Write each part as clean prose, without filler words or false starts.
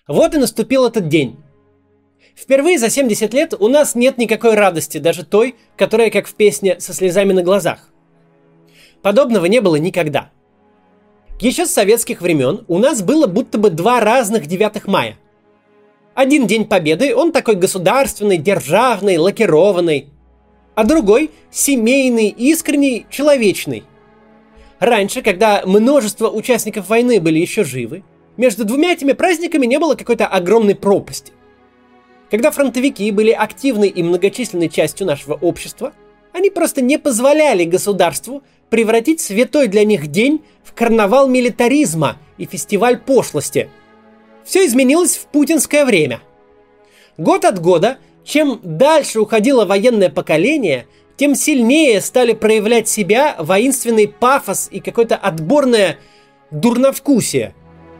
Вот и наступил этот день. Впервые за 70 лет у нас нет никакой радости, даже той, которая, как в песне, со слезами на глазах. Подобного не было никогда. Еще с советских времен у нас было будто бы два разных 9 мая. Один День Победы, он такой государственный, державный, лакированный, а другой семейный, искренний, человечный. Раньше, когда множество участников войны были еще живы, между двумя этими праздниками не было какой-то огромной пропасти. Когда фронтовики были активной и многочисленной частью нашего общества, они просто не позволяли государству превратить святой для них день в карнавал милитаризма и фестиваль пошлости. Все изменилось в путинское время. Год от года, чем дальше уходило военное поколение, тем сильнее стали проявлять себя воинственный пафос и какое-то отборное дурновкусие.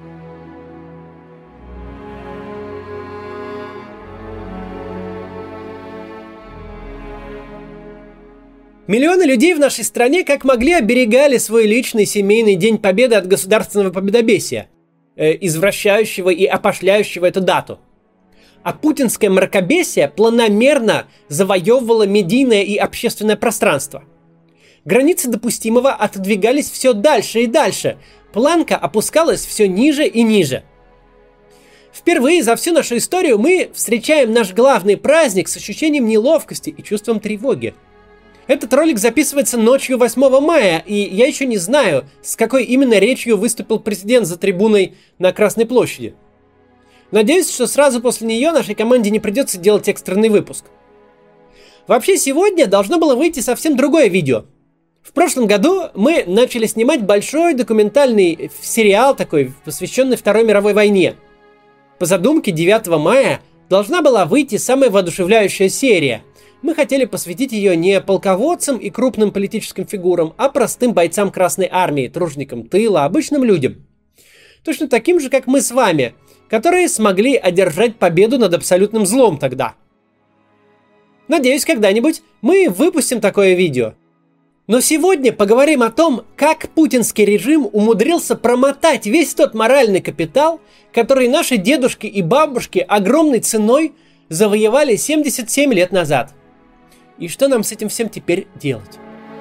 Миллионы людей в нашей стране как могли оберегали свой личный семейный День Победы от государственного победобесия, извращающего и опошляющего эту дату. А путинское мракобесие планомерно завоевывало медийное и общественное пространство. Границы допустимого отодвигались все дальше и дальше, планка опускалась все ниже и ниже. Впервые за всю нашу историю мы встречаем наш главный праздник с ощущением неловкости и чувством тревоги. Этот ролик записывается ночью 8 мая, и я еще не знаю, с какой именно речью выступил президент за трибуной на Красной площади. Надеюсь, что сразу после нее нашей команде не придется делать экстренный выпуск. Вообще, сегодня должно было выйти совсем другое видео. В прошлом году мы начали снимать большой документальный сериал такой, посвященный Второй мировой войне. По задумке 9 мая должна была выйти самая воодушевляющая серия. Мы хотели посвятить ее не полководцам и крупным политическим фигурам, а простым бойцам Красной Армии, труженикам тыла, обычным людям. Точно таким же, как мы с вами, которые смогли одержать победу над абсолютным злом тогда. Надеюсь, когда-нибудь мы выпустим такое видео. Но сегодня поговорим о том, как путинский режим умудрился промотать весь тот моральный капитал, который наши дедушки и бабушки огромной ценой завоевали 77 лет назад. И что нам с этим всем теперь делать?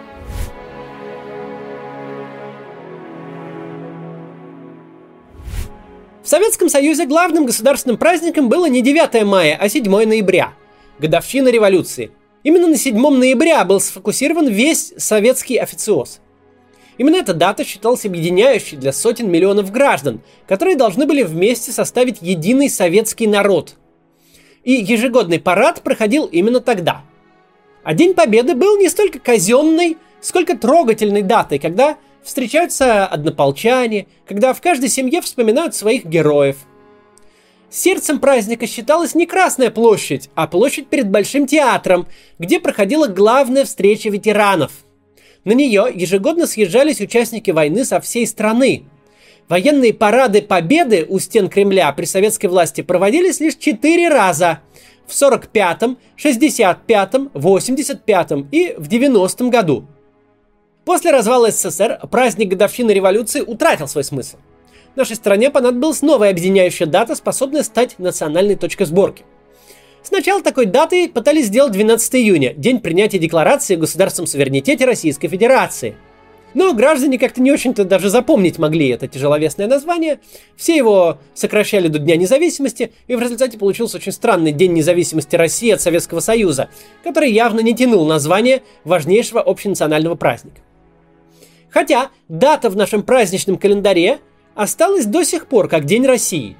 В Советском Союзе главным государственным праздником было не 9 мая, а 7 ноября, годовщина революции. Именно на 7 ноября был сфокусирован весь советский официоз. Именно эта дата считалась объединяющей для сотен миллионов граждан, которые должны были вместе составить единый советский народ. И ежегодный парад проходил именно тогда. А День Победы был не столько казенной, сколько трогательной датой, когда встречаются однополчане, когда в каждой семье вспоминают своих героев. Сердцем праздника считалась не Красная площадь, а площадь перед Большим театром, где проходила главная встреча ветеранов. На нее ежегодно съезжались участники войны со всей страны. Военные парады Победы у стен Кремля при советской власти проводились лишь 4 раза – в 45-м, 65-м, 85-м и в 90-м году. После развала СССР праздник годовщины революции утратил свой смысл. Нашей стране понадобилась новая объединяющая дата, способная стать национальной точкой сборки. Сначала такой датой пытались сделать 12 июня, день принятия декларации о государственном суверенитете Российской Федерации. Но граждане как-то не очень-то даже запомнить могли это тяжеловесное название. Все его сокращали до Дня независимости, и в результате получился очень странный День независимости России от Советского Союза, который явно не тянул название важнейшего общенационального праздника. Хотя дата в нашем праздничном календаре осталась до сих пор как День России.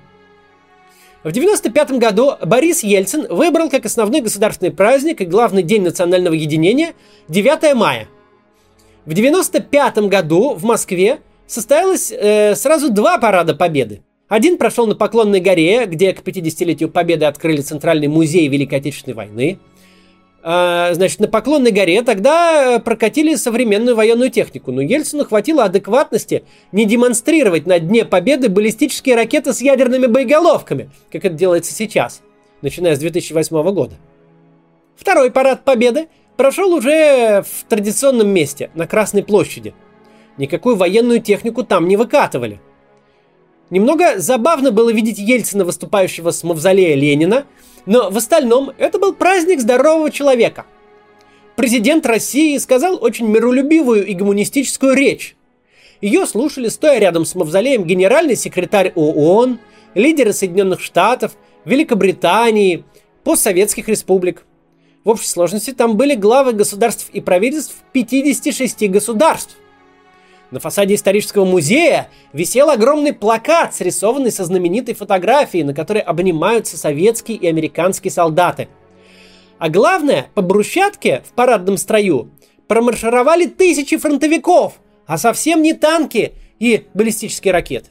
В 1995 году Борис Ельцин выбрал как основной государственный праздник и главный день национального единения 9 мая. В 1995 году в Москве состоялось сразу 2 парада Победы. Один прошел на Поклонной горе, где к 50-летию Победы открыли Центральный музей Великой Отечественной войны. Значит, на Поклонной горе тогда прокатили современную военную технику, но Ельцину хватило адекватности не демонстрировать на Дне Победы баллистические ракеты с ядерными боеголовками, как это делается сейчас, начиная с 2008 года. Второй парад Победы прошел уже в традиционном месте, на Красной площади. Никакую военную технику там не выкатывали. Немного забавно было видеть Ельцина, выступающего с мавзолея Ленина, но в остальном это был праздник здорового человека. Президент России сказал очень миролюбивую и гуманистическую речь. Ее слушали, стоя рядом с мавзолеем, генеральный секретарь ООН, лидеры Соединенных Штатов, Великобритании, постсоветских республик. В общей сложности там были главы государств и правительств 56 государств. На фасаде исторического музея висел огромный плакат, срисованный со знаменитой фотографией, на которой обнимаются советские и американские солдаты. А главное, по брусчатке в парадном строю промаршировали тысячи фронтовиков, а совсем не танки и баллистические ракеты.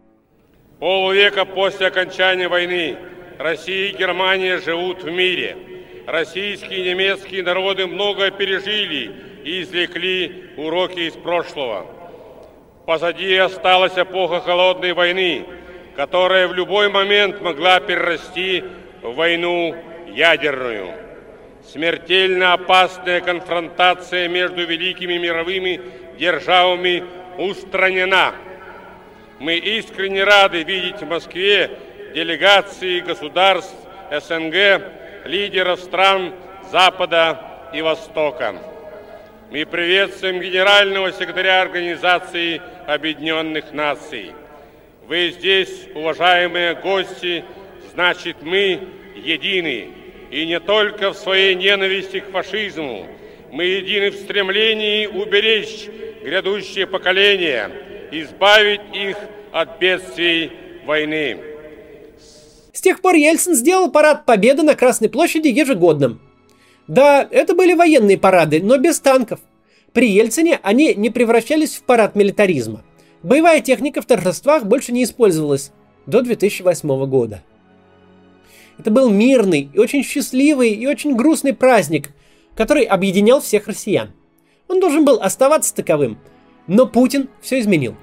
Полвека после окончания войны Россия и Германия живут в мире. Российские и немецкие народы многое пережили и извлекли уроки из прошлого. Позади осталась эпоха холодной войны, которая в любой момент могла перерасти в войну ядерную. Смертельно опасная конфронтация между великими мировыми державами устранена. Мы искренне рады видеть в Москве делегации государств СНГ, лидеров стран Запада и Востока. Мы приветствуем генерального секретаря Организации Объединенных Наций. Вы здесь, уважаемые гости, значит, мы едины. И не только в своей ненависти к фашизму. Мы едины в стремлении уберечь грядущее поколение, избавить их от бедствий войны. С тех пор Ельцин сделал парад Победы на Красной площади ежегодным. Да, это были военные парады, но без танков. При Ельцине они не превращались в парад милитаризма. Боевая техника в торжествах больше не использовалась до 2008 года. Это был мирный и очень счастливый и очень грустный праздник, который объединял всех россиян. Он должен был оставаться таковым, но Путин все изменил.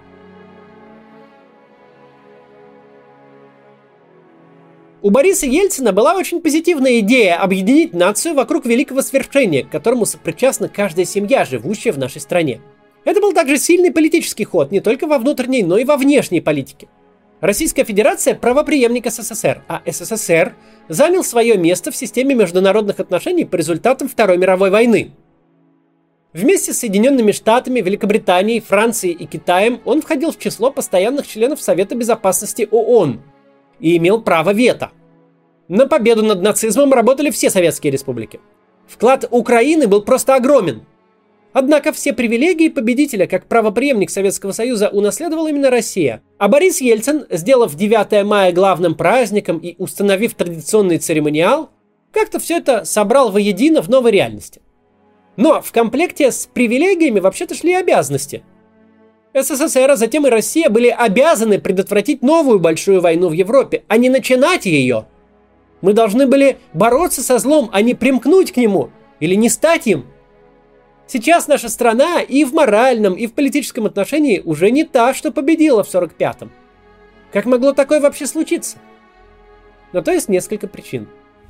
У Бориса Ельцина была очень позитивная идея объединить нацию вокруг великого свершения, к которому сопричастна каждая семья, живущая в нашей стране. Это был также сильный политический ход не только во внутренней, но и во внешней политике. Российская Федерация – правопреемник СССР, а СССР занял свое место в системе международных отношений по результатам Второй мировой войны. Вместе с Соединенными Штатами, Великобританией, Францией и Китаем он входил в число постоянных членов Совета Безопасности ООН и имел право вето. На победу над нацизмом работали все советские республики. Вклад Украины был просто огромен. Однако все привилегии победителя как правопреемник Советского Союза унаследовала именно Россия. А Борис Ельцин, сделав 9 мая главным праздником и установив традиционный церемониал, как-то все это собрал воедино в новой реальности. Но в комплекте с привилегиями вообще-то шли обязанности. СССР, а затем и Россия были обязаны предотвратить новую большую войну в Европе, а не начинать ее. Мы должны были бороться со злом, а не примкнуть к нему или не стать им. Сейчас наша страна и в моральном, и в политическом отношении уже не та, что победила в 45-м. Как могло такое вообще случиться? На то есть несколько причин.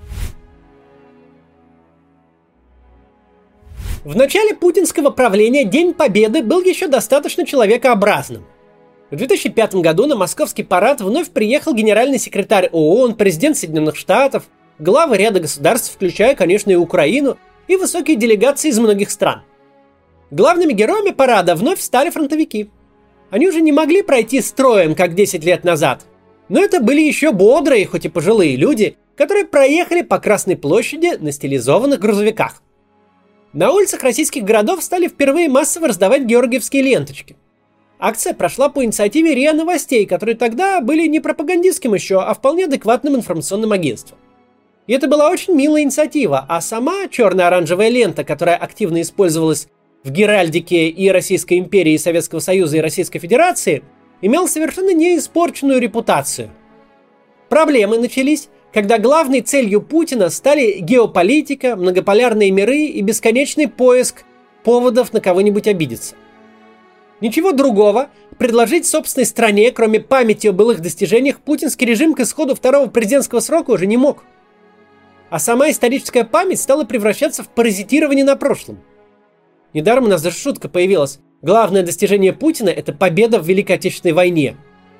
В начале путинского правления День Победы был еще достаточно человекообразным. В 2005 году на московский парад вновь приехал генеральный секретарь ООН, президент Соединенных Штатов, главы ряда государств, включая, конечно, и Украину, и высокие делегации из многих стран. Главными героями парада вновь стали фронтовики. Они уже не могли пройти строем, как 10 лет назад. Но это были еще бодрые, хоть и пожилые люди, которые проехали по Красной площади на стилизованных грузовиках. На улицах российских городов стали впервые массово раздавать георгиевские ленточки. Акция прошла по инициативе РИА Новостей, которые тогда были не пропагандистским еще, а вполне адекватным информационным агентством. И это была очень милая инициатива, а сама черно-оранжевая лента, которая активно использовалась в геральдике и Российской империи, и Советского Союза, и Российской Федерации, имела совершенно неиспорченную репутацию. Проблемы начались, когда главной целью Путина стали геополитика, многополярные миры и бесконечный поиск поводов на кого-нибудь обидеться. Ничего другого предложить собственной стране, кроме памяти о былых достижениях, путинский режим к исходу второго президентского срока уже не мог. А сама историческая память стала превращаться в паразитирование на прошлом. Недаром у нас даже шутка появилась. Главное достижение Путина – это победа в Великой Отечественной войне.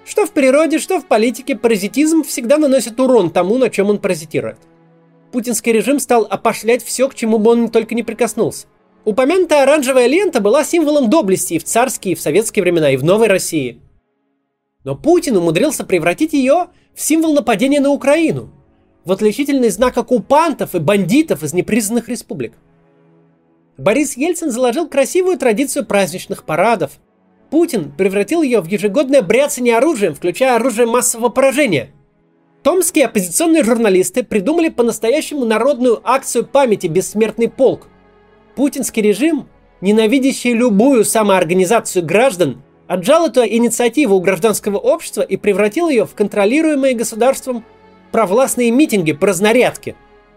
Что в природе, что в политике паразитизм всегда наносит урон тому, на чем он паразитирует. Путинский режим стал опошлять все, к чему бы он только не прикоснулся. Упомянутая оранжевая лента была символом доблести и в царские, и в советские времена, и в новой России. Но Путин умудрился превратить ее в символ нападения на Украину, в отличительный знак оккупантов и бандитов из непризнанных республик. Борис Ельцин заложил красивую традицию праздничных парадов. Путин превратил ее в ежегодное бряцание оружием, включая оружие массового поражения. Томские оппозиционные журналисты придумали по-настоящему народную акцию памяти «Бессмертный полк». Путинский режим, ненавидящий любую самоорганизацию граждан, отжал эту инициативу у гражданского общества и превратил ее в контролируемые государством провластные митинги по разнарядке.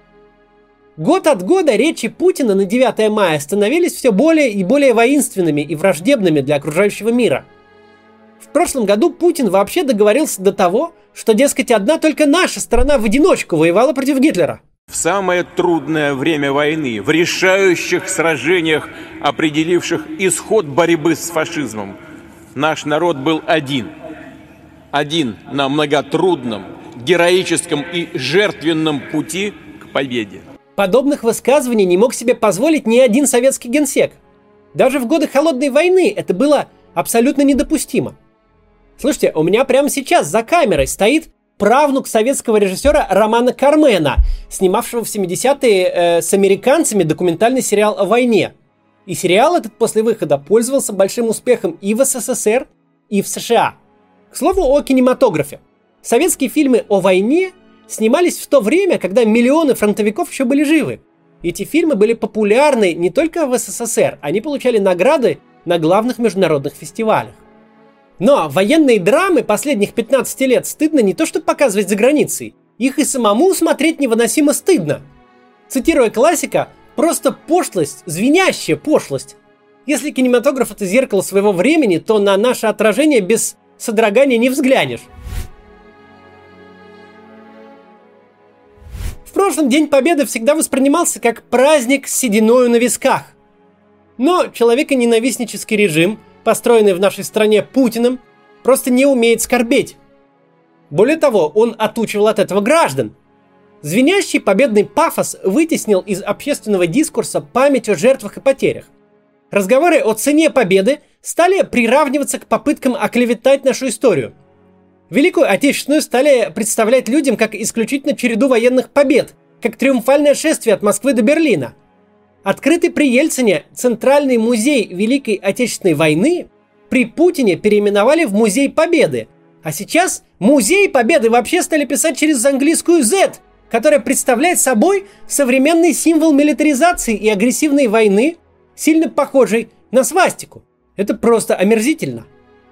Год от года речи Путина на 9 мая становились все более и более воинственными и враждебными для окружающего мира. В прошлом году Путин вообще договорился до того, что, дескать, одна только наша страна в одиночку воевала против Гитлера. В самое трудное время войны, в решающих сражениях, определивших исход борьбы с фашизмом, наш народ был один. Один на многотрудном, героическом и жертвенном пути к победе. Подобных высказываний не мог себе позволить ни один советский генсек. Даже в годы Холодной войны это было абсолютно недопустимо. Слушайте, у меня прямо сейчас за камерой стоит правнук советского режиссера Романа Кармена, снимавшего в 70-е с американцами документальный сериал о войне. И сериал этот после выхода пользовался большим успехом и в СССР, и в США. К слову о кинематографе. Советские фильмы о войне снимались в то время, когда миллионы фронтовиков еще были живы. Эти фильмы были популярны не только в СССР, они получали награды на главных международных фестивалях. Но военные драмы последних 15 лет стыдно не то что показывать за границей, их и самому смотреть невыносимо стыдно. Цитируя классика, просто пошлость, звенящая пошлость. Если кинематограф это зеркало своего времени, то на наше отражение без содрогания не взглянешь. В прошлом День Победы всегда воспринимался как праздник с сединою на висках. Но человеконенавистнический режим, построенный в нашей стране Путиным, просто не умеет скорбеть. Более того, он отучивал от этого граждан. Звенящий победный пафос вытеснил из общественного дискурса память о жертвах и потерях. Разговоры о цене победы стали приравниваться к попыткам оклеветать нашу историю. Великую Отечественную стали представлять людям как исключительно череду военных побед, как триумфальное шествие от Москвы до Берлина. Открытый при Ельцине Центральный музей Великой Отечественной войны при Путине переименовали в Музей Победы. А сейчас Музей Победы вообще стали писать через английскую Z, которая представляет собой современный символ милитаризации и агрессивной войны, сильно похожий на свастику. Это просто омерзительно.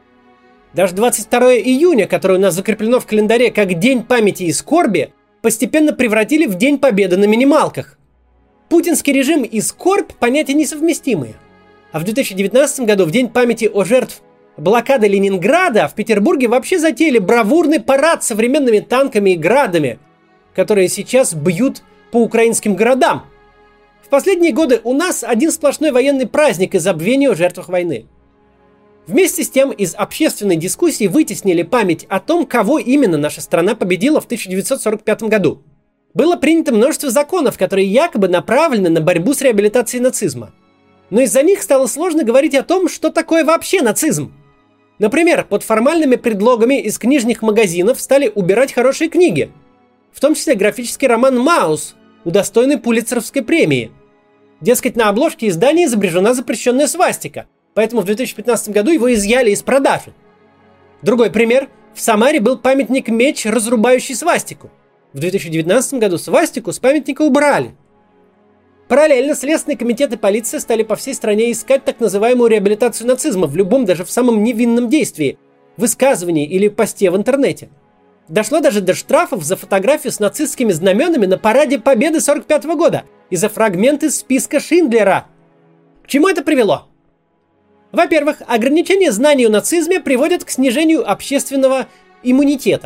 Даже 22 июня, которое у нас закреплено в календаре как День памяти и скорби, постепенно превратили в День Победы на минималках. Путинский режим и скорбь – понятия несовместимые. А в 2019 году, в День памяти о жертв блокады Ленинграда, в Петербурге вообще затеяли бравурный парад с современными танками и градами, которые сейчас бьют по украинским городам. В последние годы у нас один сплошной военный праздник и забвение о жертвах войны. Вместе с тем из общественной дискуссии вытеснили память о том, кого именно наша страна победила в 1945 году. Было принято множество законов, которые якобы направлены на борьбу с реабилитацией нацизма. Но из-за них стало сложно говорить о том, что такое вообще нацизм. Например, под формальными предлогами из книжных магазинов стали убирать хорошие книги, в том числе графический роман «Маус», удостоенный Пулитцеровской премии. Дескать, на обложке издания изображена запрещенная свастика, поэтому в 2015 году его изъяли из продажи. Другой пример. В Самаре был памятник «Меч, разрубающий свастику». В 2019 году свастику с памятника убрали. Параллельно Следственный комитет и полиция стали по всей стране искать так называемую реабилитацию нацизма в любом, даже в самом невинном действии, высказывании или посте в интернете. Дошло даже до штрафов за фотографию с нацистскими знаменами на параде Победы 1945 года и за фрагменты списка Шиндлера. К чему это привело? Во-первых, ограничение знаний о нацизме приводят к снижению общественного иммунитета.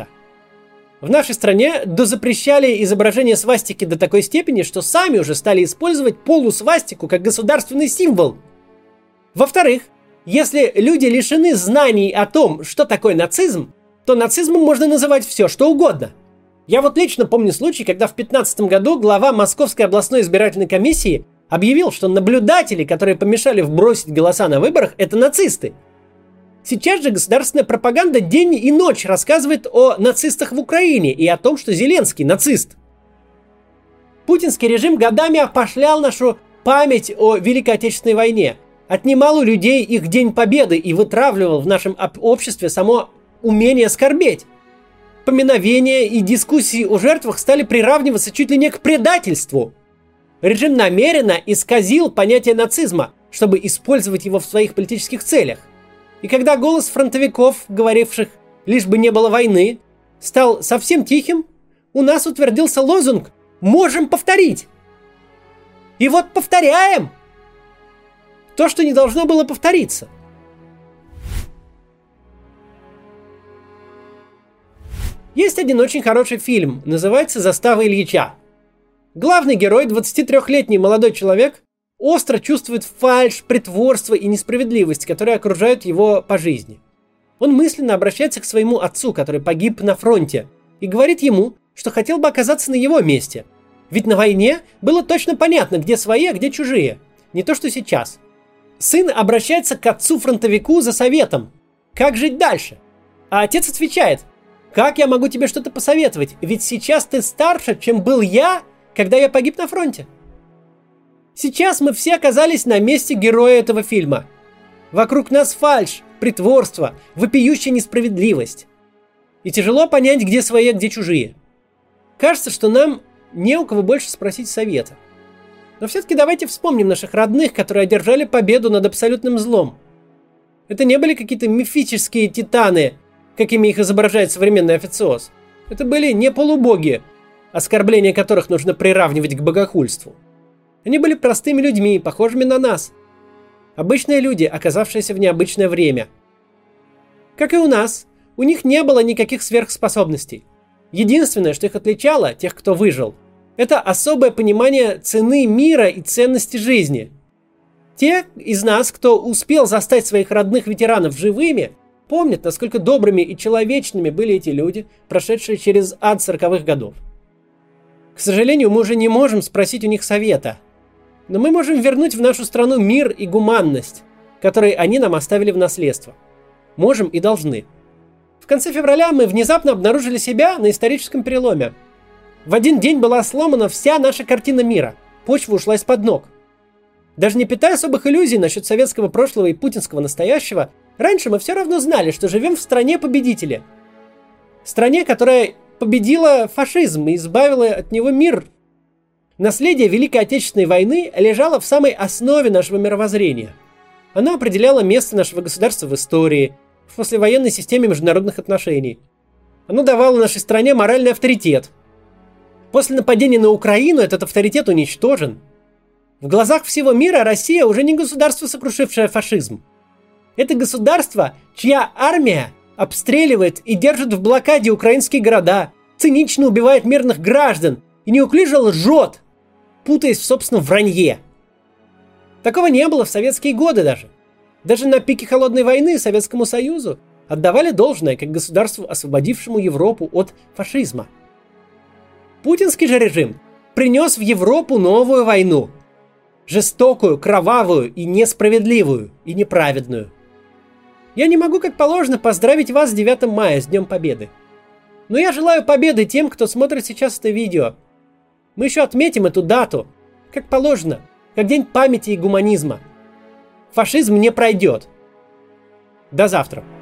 В нашей стране дозапрещали изображение свастики до такой степени, что сами уже стали использовать полусвастику как государственный символ. Во-вторых, если люди лишены знаний о том, что такое нацизм, то нацизмом можно называть все, что угодно. Я вот лично помню случай, когда в 2015 году глава Московской областной избирательной комиссии объявил, что наблюдатели, которые помешали вбросить голоса на выборах, это нацисты. Сейчас же государственная пропаганда день и ночь рассказывает о нацистах в Украине и о том, что Зеленский нацист. Путинский режим годами опошлял нашу память о Великой Отечественной войне, отнимал у людей их День Победы и вытравливал в нашем обществе само умение скорбеть. Поминовения и дискуссии о жертвах стали приравниваться чуть ли не к предательству. Режим намеренно исказил понятие нацизма, чтобы использовать его в своих политических целях. И когда голос фронтовиков, говоривших «лишь бы не было войны», стал совсем тихим, у нас утвердился лозунг «можем повторить». И вот повторяем то, что не должно было повториться. Есть один очень хороший фильм, называется «Застава Ильича». Главный герой, 23-летний молодой человек, остро чувствует фальшь, притворство и несправедливость, которые окружают его по жизни. Он мысленно обращается к своему отцу, который погиб на фронте, и говорит ему, что хотел бы оказаться на его месте. Ведь на войне было точно понятно, где свои, а где чужие. Не то, что сейчас. Сын обращается к отцу-фронтовику за советом. Как жить дальше? А отец отвечает: как я могу тебе что-то посоветовать? Ведь сейчас ты старше, чем был я, когда я погиб на фронте. Сейчас мы все оказались на месте героя этого фильма. Вокруг нас фальшь, притворство, вопиющая несправедливость. И тяжело понять, где свои, а где чужие. Кажется, что нам не у кого больше спросить совета. Но все-таки давайте вспомним наших родных, которые одержали победу над абсолютным злом. Это не были какие-то мифические титаны, какими их изображает современный официоз. Это были не полубоги, оскорбления которых нужно приравнивать к богохульству. Они были простыми людьми, похожими на нас. Обычные люди, оказавшиеся в необычное время. Как и у нас, у них не было никаких сверхспособностей. Единственное, что их отличало, тех, кто выжил, это особое понимание цены мира и ценности жизни. Те из нас, кто успел застать своих родных ветеранов живыми, помнят, насколько добрыми и человечными были эти люди, прошедшие через ад 40-х годов. К сожалению, мы уже не можем спросить у них совета, но мы можем вернуть в нашу страну мир и гуманность, которые они нам оставили в наследство. Можем и должны. В конце февраля мы внезапно обнаружили себя на историческом переломе. В один день была сломана вся наша картина мира. Почва ушла из-под ног. Даже не питая особых иллюзий насчет советского прошлого и путинского настоящего, раньше мы все равно знали, что живем в стране победителя. Стране, которая победила фашизм и избавила от него мир. Наследие Великой Отечественной войны лежало в самой основе нашего мировоззрения. Оно определяло место нашего государства в истории, в послевоенной системе международных отношений. Оно давало нашей стране моральный авторитет. После нападения на Украину этот авторитет уничтожен. В глазах всего мира Россия уже не государство, сокрушившее фашизм. Это государство, чья армия обстреливает и держит в блокаде украинские города, цинично убивает мирных граждан и неуклюже лжет, путаясь в собственном вранье. Такого не было в советские годы даже. Даже на пике холодной войны Советскому Союзу отдавали должное как государству, освободившему Европу от фашизма. Путинский же режим принес в Европу новую войну. Жестокую, кровавую и несправедливую, и неправедную. Я не могу, как положено, поздравить вас с 9 мая, с Днем Победы. Но я желаю победы тем, кто смотрит сейчас это видео. Мы еще отметим эту дату, как положено, как День памяти и гуманизма. Фашизм не пройдет. До завтра.